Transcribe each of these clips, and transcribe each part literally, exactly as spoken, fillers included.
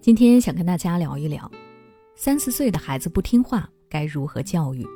今天想跟大家聊一聊，三四岁的孩子不听话该如何教育。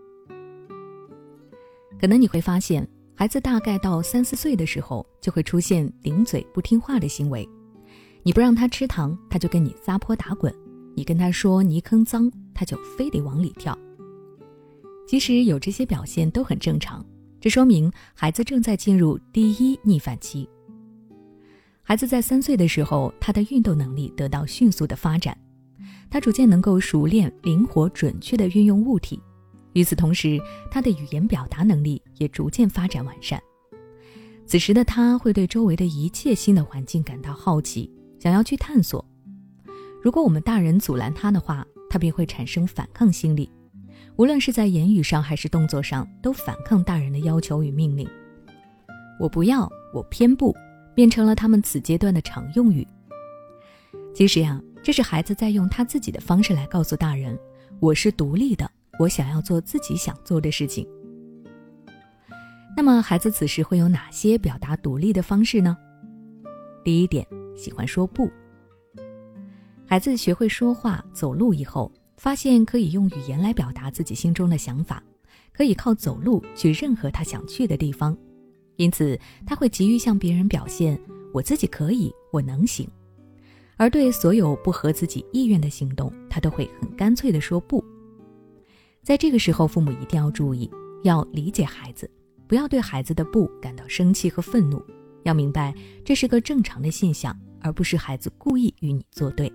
可能你会发现，孩子大概到三四岁的时候，就会出现顶嘴不听话的行为。你不让他吃糖，他就跟你撒泼打滚；你跟他说泥坑脏，他就非得往里跳。其实有这些表现都很正常，这说明孩子正在进入第一逆反期。孩子在三岁的时候，他的运动能力得到迅速的发展，他逐渐能够熟练、灵活、准确地运用物体。与此同时，他的语言表达能力也逐渐发展完善。此时的他会对周围的一切新的环境感到好奇，想要去探索。如果我们大人阻拦他的话，他便会产生反抗心理，无论是在言语上还是动作上，都反抗大人的要求与命令。我不要，我偏不，变成了他们此阶段的常用语。其实呀，这是孩子在用他自己的方式来告诉大人，我是独立的，我想要做自己想做的事情。那么孩子此时会有哪些表达独立的方式呢？第一点，喜欢说不。孩子学会说话、走路以后，发现可以用语言来表达自己心中的想法，可以靠走路去任何他想去的地方。因此他会急于向别人表现我自己可以，我能行。而对所有不合自己意愿的行动，他都会很干脆地说不。在这个时候，父母一定要注意，要理解孩子，不要对孩子的不感到生气和愤怒，要明白这是个正常的现象，而不是孩子故意与你作对。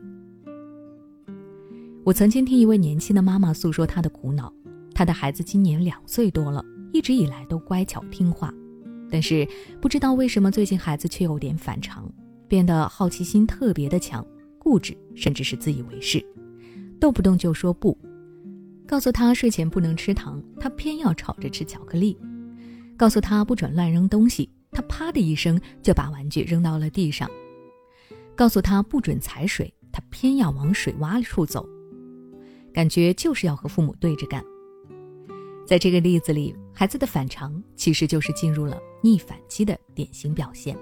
我曾经听一位年轻的妈妈诉说她的苦恼，她的孩子今年两岁多了，一直以来都乖巧听话，但是不知道为什么最近孩子却有点反常，变得好奇心特别的强，固执，甚至是自以为是，动不动就说不。告诉他睡前不能吃糖，他偏要吵着吃巧克力；告诉他不准乱扔东西，他啪的一声就把玩具扔到了地上；告诉他不准踩水，他偏要往水洼处走，感觉就是要和父母对着干。在这个例子里，孩子的反常其实就是进入了逆反期的典型表现。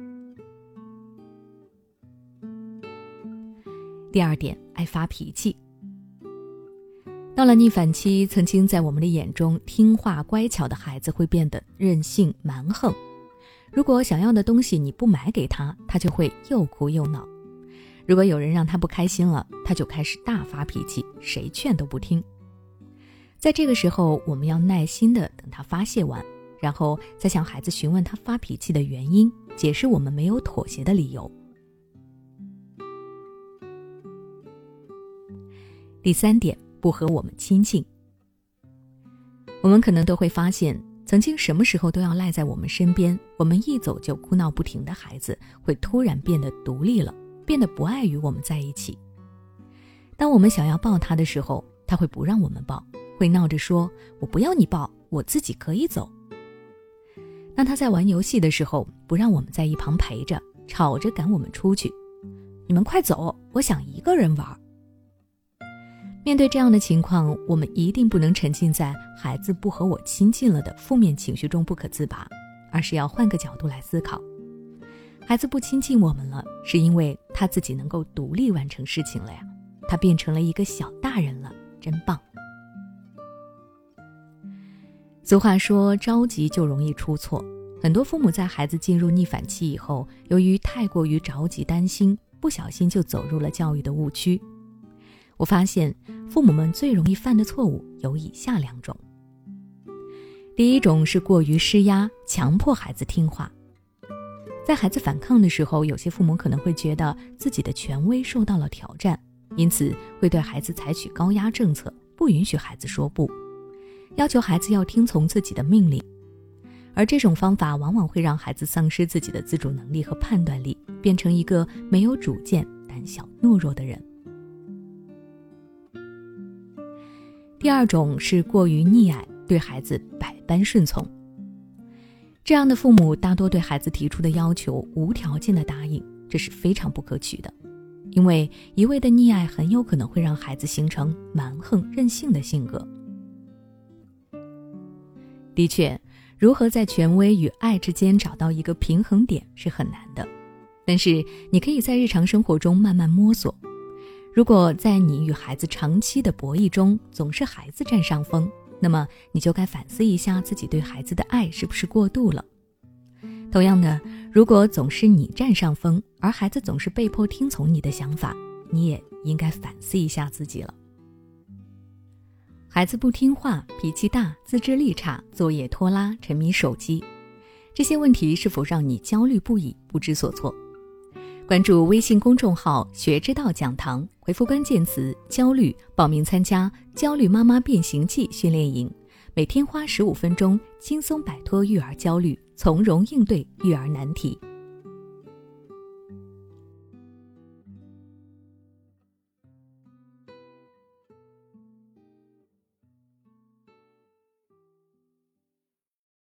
第二点，爱发脾气。到了逆反期，曾经在我们的眼中听话乖巧的孩子会变得任性蛮横。如果想要的东西你不买给他，他就会又哭又闹。如果有人让他不开心了，他就开始大发脾气，谁劝都不听。在这个时候，我们要耐心地等他发泄完，然后再向孩子询问他发脾气的原因，解释我们没有妥协的理由。第三点，不和我们亲近。我们可能都会发现，曾经什么时候都要赖在我们身边，我们一走就哭闹不停的孩子，会突然变得独立了，变得不爱与我们在一起。当我们想要抱他的时候，他会不让我们抱，会闹着说我不要你抱，我自己可以走。当他在玩游戏的时候，不让我们在一旁陪着，吵着赶我们出去，你们快走，我想一个人玩。面对这样的情况，我们一定不能沉浸在孩子不和我亲近了的负面情绪中不可自拔，而是要换个角度来思考。孩子不亲近我们了，是因为他自己能够独立完成事情了呀，他变成了一个小大人了，真棒。俗话说，着急就容易出错。很多父母在孩子进入逆反期以后，由于太过于着急担心，不小心就走入了教育的误区。我发现父母们最容易犯的错误有以下两种。第一种是过于施压，强迫孩子听话。在孩子反抗的时候，有些父母可能会觉得自己的权威受到了挑战，因此会对孩子采取高压政策，不允许孩子说不，要求孩子要听从自己的命令。而这种方法往往会让孩子丧失自己的自主能力和判断力，变成一个没有主见、胆小懦弱的人。第二种是过于溺爱，对孩子百般顺从。这样的父母大多对孩子提出的要求无条件的答应，这是非常不可取的，因为一味的溺爱很有可能会让孩子形成蛮横任性的性格。的确，如何在权威与爱之间找到一个平衡点是很难的，但是你可以在日常生活中慢慢摸索， 如果在你与孩子长期的博弈中，总是孩子占上风，那么你就该反思一下自己对孩子的爱是不是过度了。同样的，如果总是你占上风，而孩子总是被迫听从你的想法，你也应该反思一下自己了。孩子不听话、脾气大、自制力差、作业拖拉、沉迷手机，这些问题是否让你焦虑不已、不知所措？关注微信公众号学之道讲堂，回复关键词焦虑，报名参加焦虑妈妈变形记训练营，每天花十五分钟，轻松摆脱育儿焦虑，从容应对育儿难题。